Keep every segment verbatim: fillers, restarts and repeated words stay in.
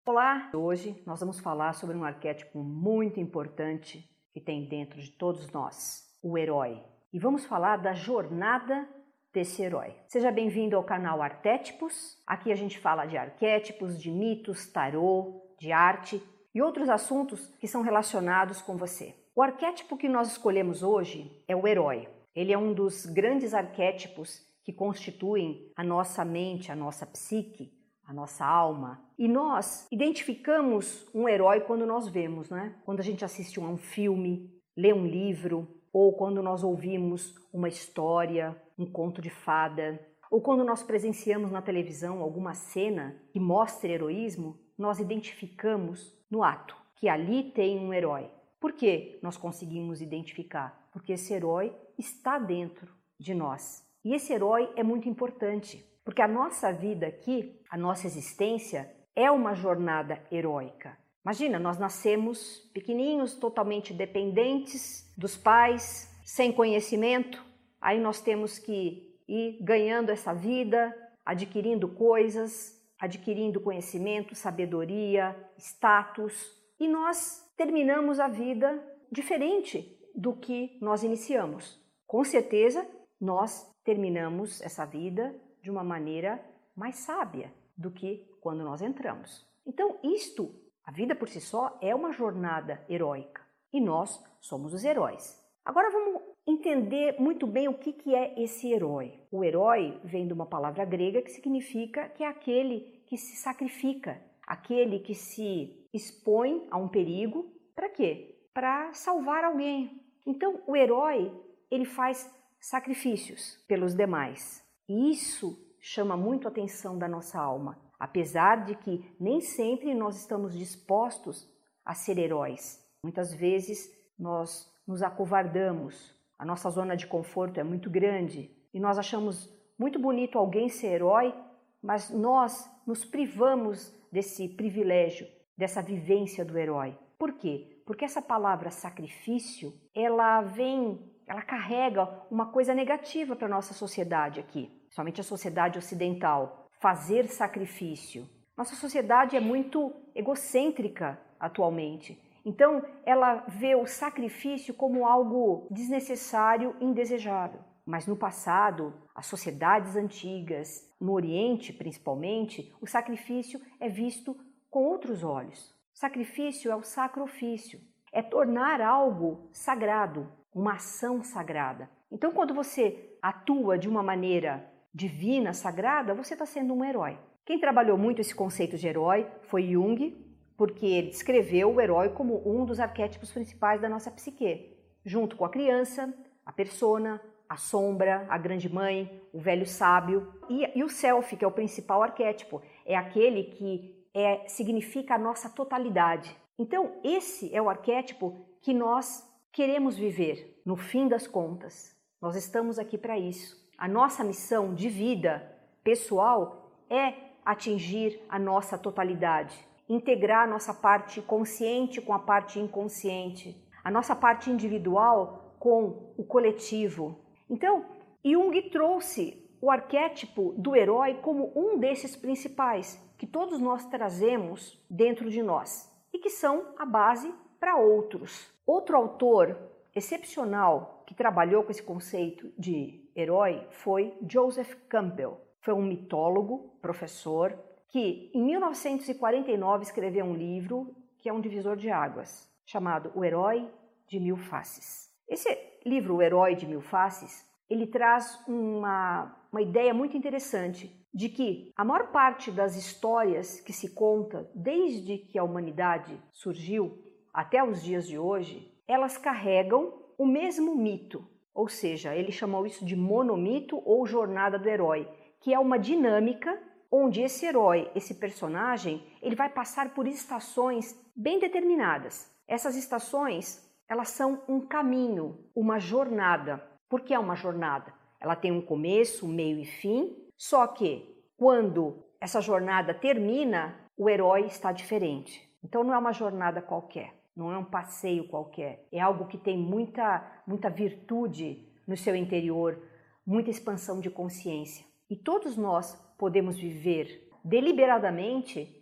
Olá! Hoje nós vamos falar sobre um arquétipo muito importante que tem dentro de todos nós, o herói. E vamos falar da jornada desse herói. Seja bem-vindo ao canal Arquétipos. Aqui a gente fala de arquétipos, de mitos, tarô, de arte e outros assuntos que são relacionados com você. O arquétipo que nós escolhemos hoje é o herói. Ele é um dos grandes arquétipos que constituem a nossa mente, a nossa psique, a nossa alma. E nós identificamos um herói quando nós vemos, né? Quando a gente assiste a um filme, lê um livro, ou quando nós ouvimos uma história, um conto de fada, ou quando nós presenciamos na televisão alguma cena que mostre heroísmo, nós identificamos no ato que ali tem um herói. Por que nós conseguimos identificar? Porque esse herói está dentro de nós. E esse herói é muito importante. Porque a nossa vida aqui, a nossa existência, é uma jornada heróica. Imagina, nós nascemos pequenininhos, totalmente dependentes dos pais, sem conhecimento. Aí nós temos que ir ganhando essa vida, adquirindo coisas, adquirindo conhecimento, sabedoria, status. E nós terminamos a vida diferente do que nós iniciamos. Com certeza, nós terminamos essa vida de uma maneira mais sábia do que quando nós entramos. Então, isto, a vida por si só, é uma jornada heróica e nós somos os heróis. Agora vamos entender muito bem o que é esse herói. O herói vem de uma palavra grega que significa que é aquele que se sacrifica, aquele que se expõe a um perigo. Para quê? Para salvar alguém. Então, o herói, ele faz sacrifícios pelos demais. E isso chama muito a atenção da nossa alma, apesar de que nem sempre nós estamos dispostos a ser heróis. Muitas vezes nós nos acovardamos, a nossa zona de conforto é muito grande e nós achamos muito bonito alguém ser herói, mas nós nos privamos desse privilégio, dessa vivência do herói. Por quê? Porque essa palavra sacrifício, ela vem, ela carrega uma coisa negativa para a nossa sociedade aqui. Somente a sociedade ocidental, fazer sacrifício. Nossa sociedade é muito egocêntrica atualmente. Então, ela vê o sacrifício como algo desnecessário e indesejável. Mas no passado, as sociedades antigas, no Oriente principalmente, o sacrifício é visto com outros olhos. Sacrifício é o sacrifício, é tornar algo sagrado, uma ação sagrada. Então, quando você atua de uma maneira divina, sagrada, você está sendo um herói. Quem trabalhou muito esse conceito de herói foi Jung, porque ele descreveu o herói como um dos arquétipos principais da nossa psique, junto com a criança, a persona, a sombra, a grande mãe, o velho sábio e, e o self, que é o principal arquétipo, é aquele que é, significa a nossa totalidade. Então, esse é o arquétipo que nós queremos viver, no fim das contas. Nós estamos aqui para isso. A nossa missão de vida pessoal é atingir a nossa totalidade, integrar a nossa parte consciente com a parte inconsciente, a nossa parte individual com o coletivo. Então, Jung trouxe o arquétipo do herói como um desses principais que todos nós trazemos dentro de nós e que são a base para outros. Outro autor excepcional que trabalhou com esse conceito de herói foi Joseph Campbell. Foi um mitólogo, professor, que em mil novecentos e quarenta e nove escreveu um livro que é um divisor de águas, chamado O Herói de Mil Faces. Esse livro, O Herói de Mil Faces, ele traz uma, uma ideia muito interessante de que a maior parte das histórias que se conta desde que a humanidade surgiu até os dias de hoje, elas carregam o mesmo mito, ou seja, ele chamou isso de monomito ou jornada do herói, que é uma dinâmica onde esse herói, esse personagem, ele vai passar por estações bem determinadas. Essas estações, elas são um caminho, uma jornada. Por que é uma jornada? Ela tem um começo, meio e fim, só que quando essa jornada termina, o herói está diferente. Então não é uma jornada qualquer. Não é um passeio qualquer, é algo que tem muita, muita virtude no seu interior, muita expansão de consciência. E todos nós podemos viver deliberadamente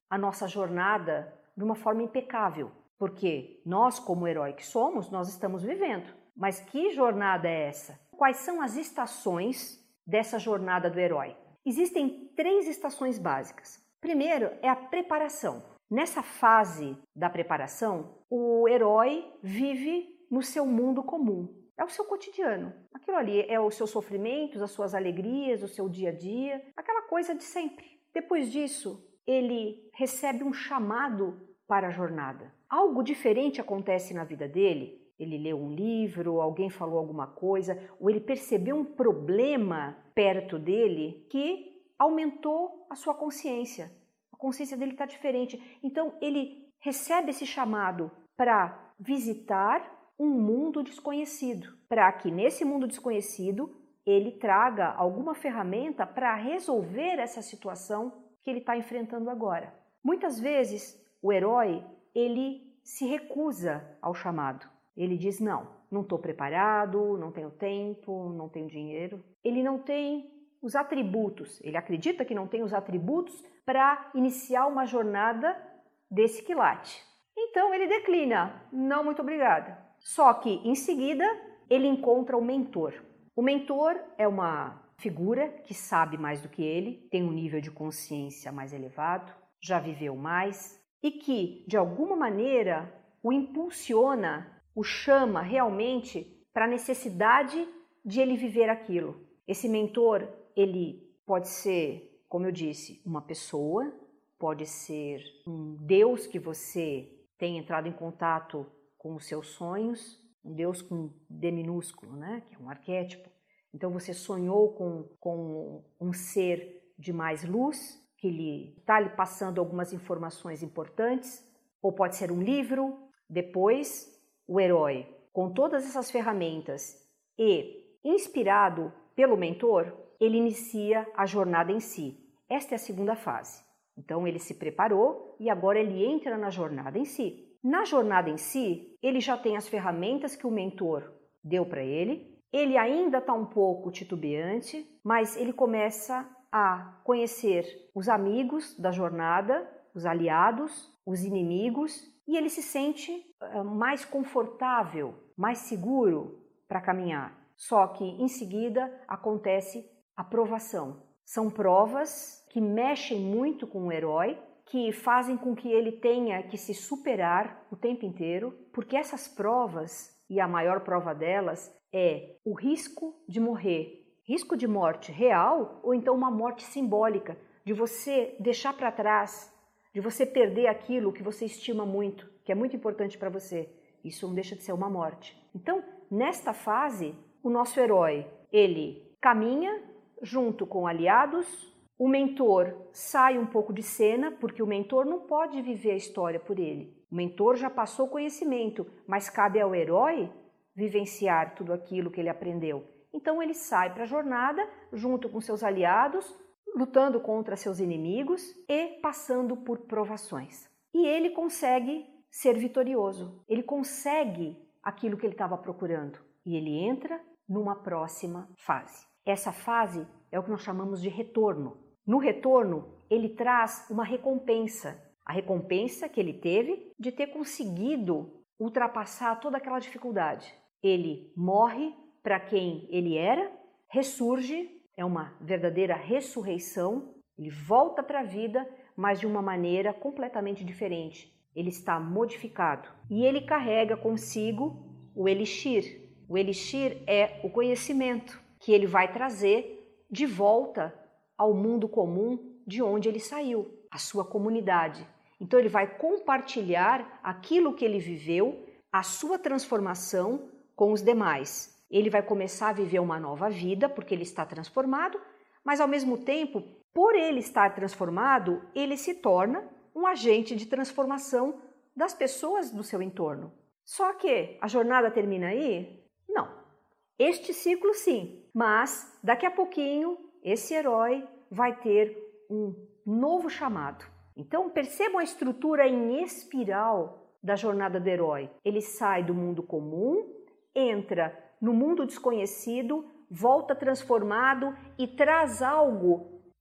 a nossa jornada de uma forma impecável, porque nós, como herói que somos, nós estamos vivendo. Mas que jornada é essa? Quais são as estações dessa jornada do herói? Existem três estações básicas. Primeiro é a preparação. Nessa fase da preparação, o herói vive no seu mundo comum. É o seu cotidiano. Aquilo ali é os seus sofrimentos, as suas alegrias, o seu dia a dia, aquela coisa de sempre. Depois disso, ele recebe um chamado para a jornada. Algo diferente acontece na vida dele. Ele leu um livro, alguém falou alguma coisa, ou ele percebeu um problema perto dele que aumentou a sua consciência. A consciência dele está diferente. Então, ele recebe esse chamado para visitar um mundo desconhecido, para que nesse mundo desconhecido ele traga alguma ferramenta para resolver essa situação que ele está enfrentando agora. Muitas vezes o herói ele se recusa ao chamado. Ele diz não, não estou preparado, não tenho tempo, não tenho dinheiro. Ele não tem os atributos, ele acredita que não tem os atributos para iniciar uma jornada desse quilate. Então ele declina, não, muito obrigada. Só que, em seguida, ele encontra o mentor. O mentor é uma figura que sabe mais do que ele, tem um nível de consciência mais elevado, já viveu mais e que, de alguma maneira, o impulsiona, o chama realmente para a necessidade de ele viver aquilo. Esse mentor, ele pode ser, como eu disse, uma pessoa, pode ser um Deus que você tem entrado em contato com os seus sonhos, um Deus com D minúsculo, né? Que é um arquétipo. Então você sonhou com, com um ser de mais luz, que lhe está lhe passando algumas informações importantes, ou pode ser um livro. Depois, o herói, com todas essas ferramentas e inspirado pelo mentor, ele inicia a jornada em si. Esta é a segunda fase. Então ele se preparou e agora ele entra na jornada em si. Na jornada em si, ele já tem as ferramentas que o mentor deu para ele, ele ainda está um pouco titubeante, mas ele começa a conhecer os amigos da jornada, os aliados, os inimigos, e ele se sente uh, mais confortável, mais seguro para caminhar. Só que em seguida acontece a provação. São provas que mexem muito com o herói, que fazem com que ele tenha que se superar o tempo inteiro, porque essas provas, e a maior prova delas, é o risco de morrer. Risco de morte real ou então uma morte simbólica, de você deixar para trás, de você perder aquilo que você estima muito, que é muito importante para você. Isso não deixa de ser uma morte. Então, nesta fase, o nosso herói, ele caminha junto com aliados. O mentor sai um pouco de cena, porque o mentor não pode viver a história por ele. O mentor já passou conhecimento, mas cabe ao herói vivenciar tudo aquilo que ele aprendeu. Então ele sai para a jornada, junto com seus aliados, lutando contra seus inimigos e passando por provações. E ele consegue ser vitorioso, ele consegue aquilo que ele estava procurando. E ele entra numa próxima fase. Essa fase é o que nós chamamos de retorno. No retorno, ele traz uma recompensa. A recompensa que ele teve de ter conseguido ultrapassar toda aquela dificuldade. Ele morre para quem ele era, ressurge, é uma verdadeira ressurreição, ele volta para a vida, mas de uma maneira completamente diferente. Ele está modificado e ele carrega consigo o elixir. O elixir é o conhecimento que ele vai trazer de volta ao mundo comum de onde ele saiu, a sua comunidade. Então ele vai compartilhar aquilo que ele viveu, a sua transformação com os demais. Ele vai começar a viver uma nova vida porque ele está transformado, mas ao mesmo tempo, por ele estar transformado, ele se torna um agente de transformação das pessoas do seu entorno. Só que a jornada termina aí? Não. Este ciclo sim, mas daqui a pouquinho esse herói vai ter um novo chamado. Então percebam a estrutura em espiral da jornada do herói. Ele sai do mundo comum, entra no mundo desconhecido, volta transformado e traz algo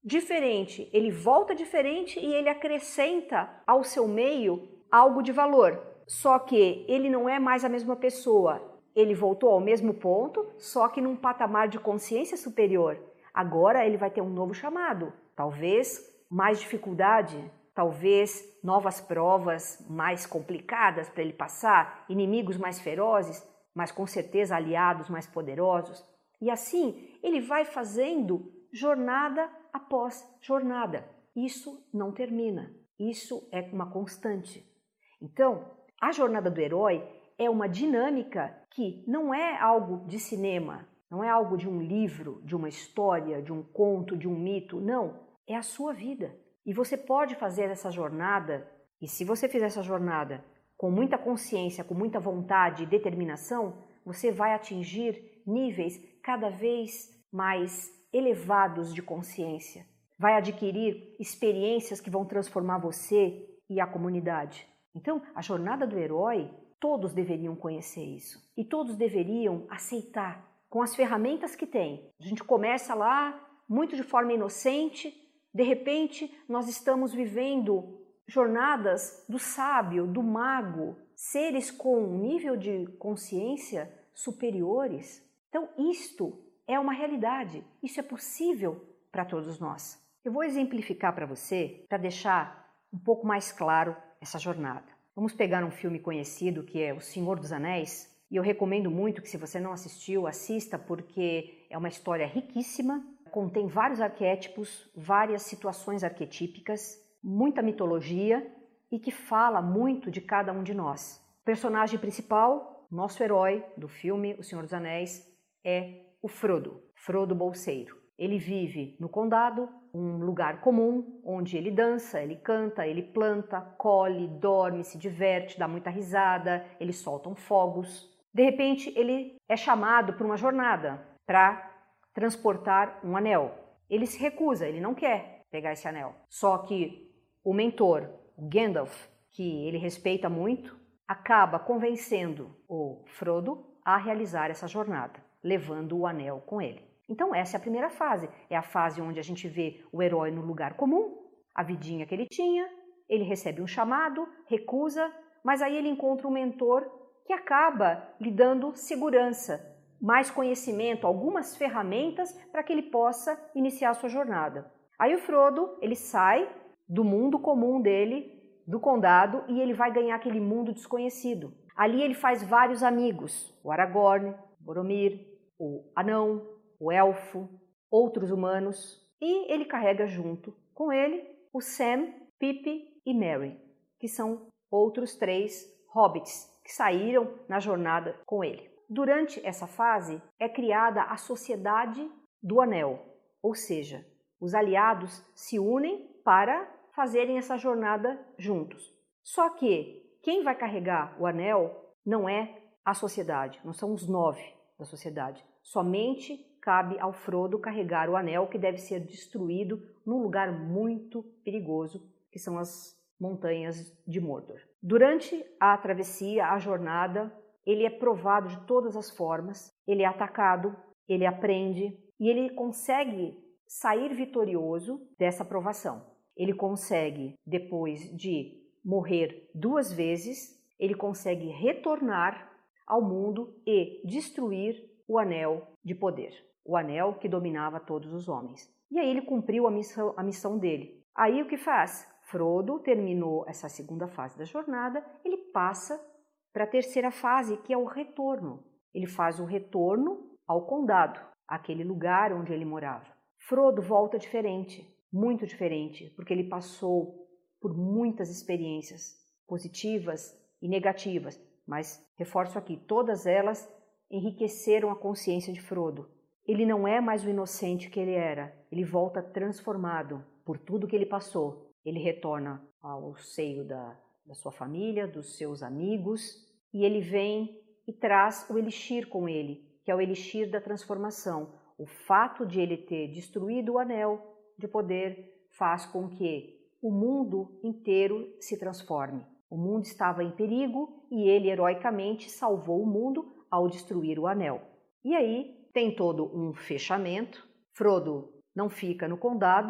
diferente, ele volta diferente e ele acrescenta ao seu meio algo de valor. Só que ele não é mais a mesma pessoa. Ele voltou ao mesmo ponto, só que num patamar de consciência superior. Agora ele vai ter um novo chamado. Talvez mais dificuldade, talvez novas provas mais complicadas para ele passar, inimigos mais ferozes, mas com certeza aliados mais poderosos. E assim ele vai fazendo jornada após jornada. Isso não termina. Isso é uma constante. Então, a jornada do herói é uma dinâmica que não é algo de cinema, não é algo de um livro, de uma história, de um conto, de um mito. Não, é a sua vida. E você pode fazer essa jornada, e se você fizer essa jornada com muita consciência, com muita vontade e determinação, você vai atingir níveis cada vez mais elevados de consciência. Vai adquirir experiências que vão transformar você e a comunidade. Então, a jornada do herói, todos deveriam conhecer isso. E todos deveriam aceitar, com as ferramentas que tem. A gente começa lá, muito de forma inocente, de repente nós estamos vivendo jornadas do sábio, do mago, seres com um nível de consciência superiores. Então, isto é uma realidade, isso é possível para todos nós. Eu vou exemplificar para você, para deixar um pouco mais claro essa jornada. Vamos pegar um filme conhecido que é O Senhor dos Anéis, e eu recomendo muito que, se você não assistiu, assista, porque é uma história riquíssima, contém vários arquétipos, várias situações arquetípicas, muita mitologia e que fala muito de cada um de nós. O personagem principal, nosso herói do filme O Senhor dos Anéis, é o Frodo, Frodo Bolseiro. Ele vive no condado, um lugar comum, onde ele dança, ele canta, ele planta, colhe, dorme, se diverte, dá muita risada, eles soltam fogos. De repente, ele é chamado para uma jornada, para transportar um anel. Ele se recusa, ele não quer pegar esse anel. Só que o mentor, o Gandalf, que ele respeita muito, acaba convencendo o Frodo a realizar essa jornada, levando o anel com ele. Então essa é a primeira fase, é a fase onde a gente vê o herói no lugar comum, a vidinha que ele tinha, ele recebe um chamado, recusa, mas aí ele encontra um mentor que acaba lhe dando segurança, mais conhecimento, algumas ferramentas para que ele possa iniciar a sua jornada. Aí o Frodo, ele sai do mundo comum dele, do condado, e ele vai ganhar aquele mundo desconhecido. Ali ele faz vários amigos, o Aragorn, o Boromir, o Anão, o Elfo, outros humanos, e ele carrega junto com ele o Sam, Pippin e Merry, que são outros três hobbits que saíram na jornada com ele. Durante essa fase é criada a Sociedade do Anel, ou seja, os aliados se unem para fazerem essa jornada juntos. Só que quem vai carregar o anel não é a sociedade, não são os nove da sociedade. Somente cabe ao Frodo carregar o anel, que deve ser destruído num lugar muito perigoso, que são as montanhas de Mordor. Durante a travessia, a jornada, ele é provado de todas as formas, ele é atacado, ele aprende e ele consegue sair vitorioso dessa provação. Ele consegue, depois de morrer duas vezes, ele consegue retornar ao mundo e destruir o anel de poder, o anel que dominava todos os homens. E aí ele cumpriu a missão, a missão dele. Aí o que faz? Frodo terminou essa segunda fase da jornada, ele passa para a terceira fase, que é o retorno. Ele faz o retorno ao condado, aquele lugar onde ele morava. Frodo volta diferente, muito diferente, porque ele passou por muitas experiências positivas e negativas, mas reforço aqui, todas elas enriqueceram a consciência de Frodo. Ele não é mais o inocente que ele era, ele volta transformado por tudo que ele passou. Ele retorna ao seio da, da sua família, dos seus amigos, e ele vem e traz o Elixir com ele, que é o Elixir da transformação. O fato de ele ter destruído o anel de poder faz com que o mundo inteiro se transforme. O mundo estava em perigo e ele heroicamente salvou o mundo ao destruir o anel. E aí tem todo um fechamento. Frodo não fica no condado,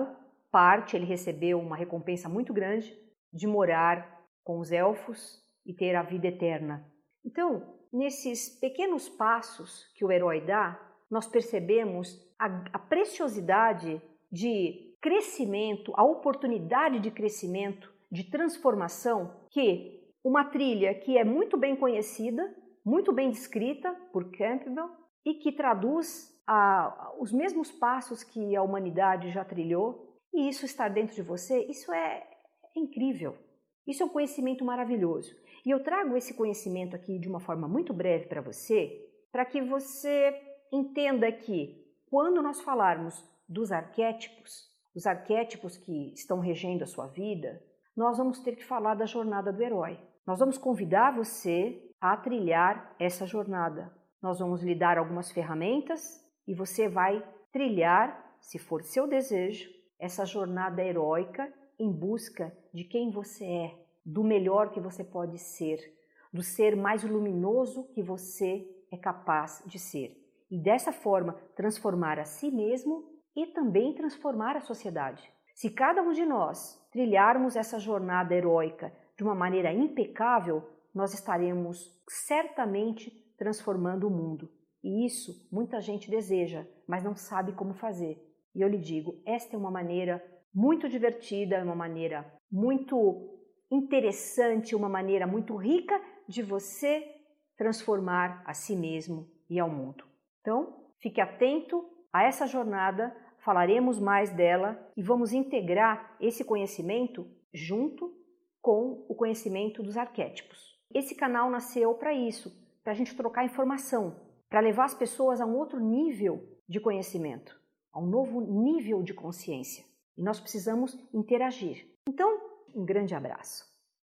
parte, ele recebeu uma recompensa muito grande de morar com os elfos e ter a vida eterna. Então, nesses pequenos passos que o herói dá, nós percebemos a, a preciosidade de crescimento, a oportunidade de crescimento, de transformação que uma trilha que é muito bem conhecida, muito bem descrita por Campbell e que traduz a, os mesmos passos que a humanidade já trilhou, e isso estar dentro de você, isso é, é incrível. Isso é um conhecimento maravilhoso. E eu trago esse conhecimento aqui de uma forma muito breve para você, para que você entenda que quando nós falarmos dos arquétipos, os arquétipos que estão regendo a sua vida, nós vamos ter que falar da jornada do herói. Nós vamos convidar você a trilhar essa jornada. Nós vamos lhe dar algumas ferramentas e você vai trilhar, se for seu desejo, essa jornada heróica em busca de quem você é, do melhor que você pode ser, do ser mais luminoso que você é capaz de ser. E dessa forma transformar a si mesmo e também transformar a sociedade. Se cada um de nós trilharmos essa jornada heróica de uma maneira impecável, nós estaremos certamente transformando o mundo. E isso muita gente deseja, mas não sabe como fazer. E eu lhe digo, esta é uma maneira muito divertida, uma maneira muito interessante, uma maneira muito rica de você transformar a si mesmo e ao mundo. Então, fique atento a essa jornada, falaremos mais dela e vamos integrar esse conhecimento junto com o conhecimento dos arquétipos. Esse canal nasceu para isso, para a gente trocar informação, para levar as pessoas a um outro nível de conhecimento, a um novo nível de consciência. E nós precisamos interagir. Então, um grande abraço.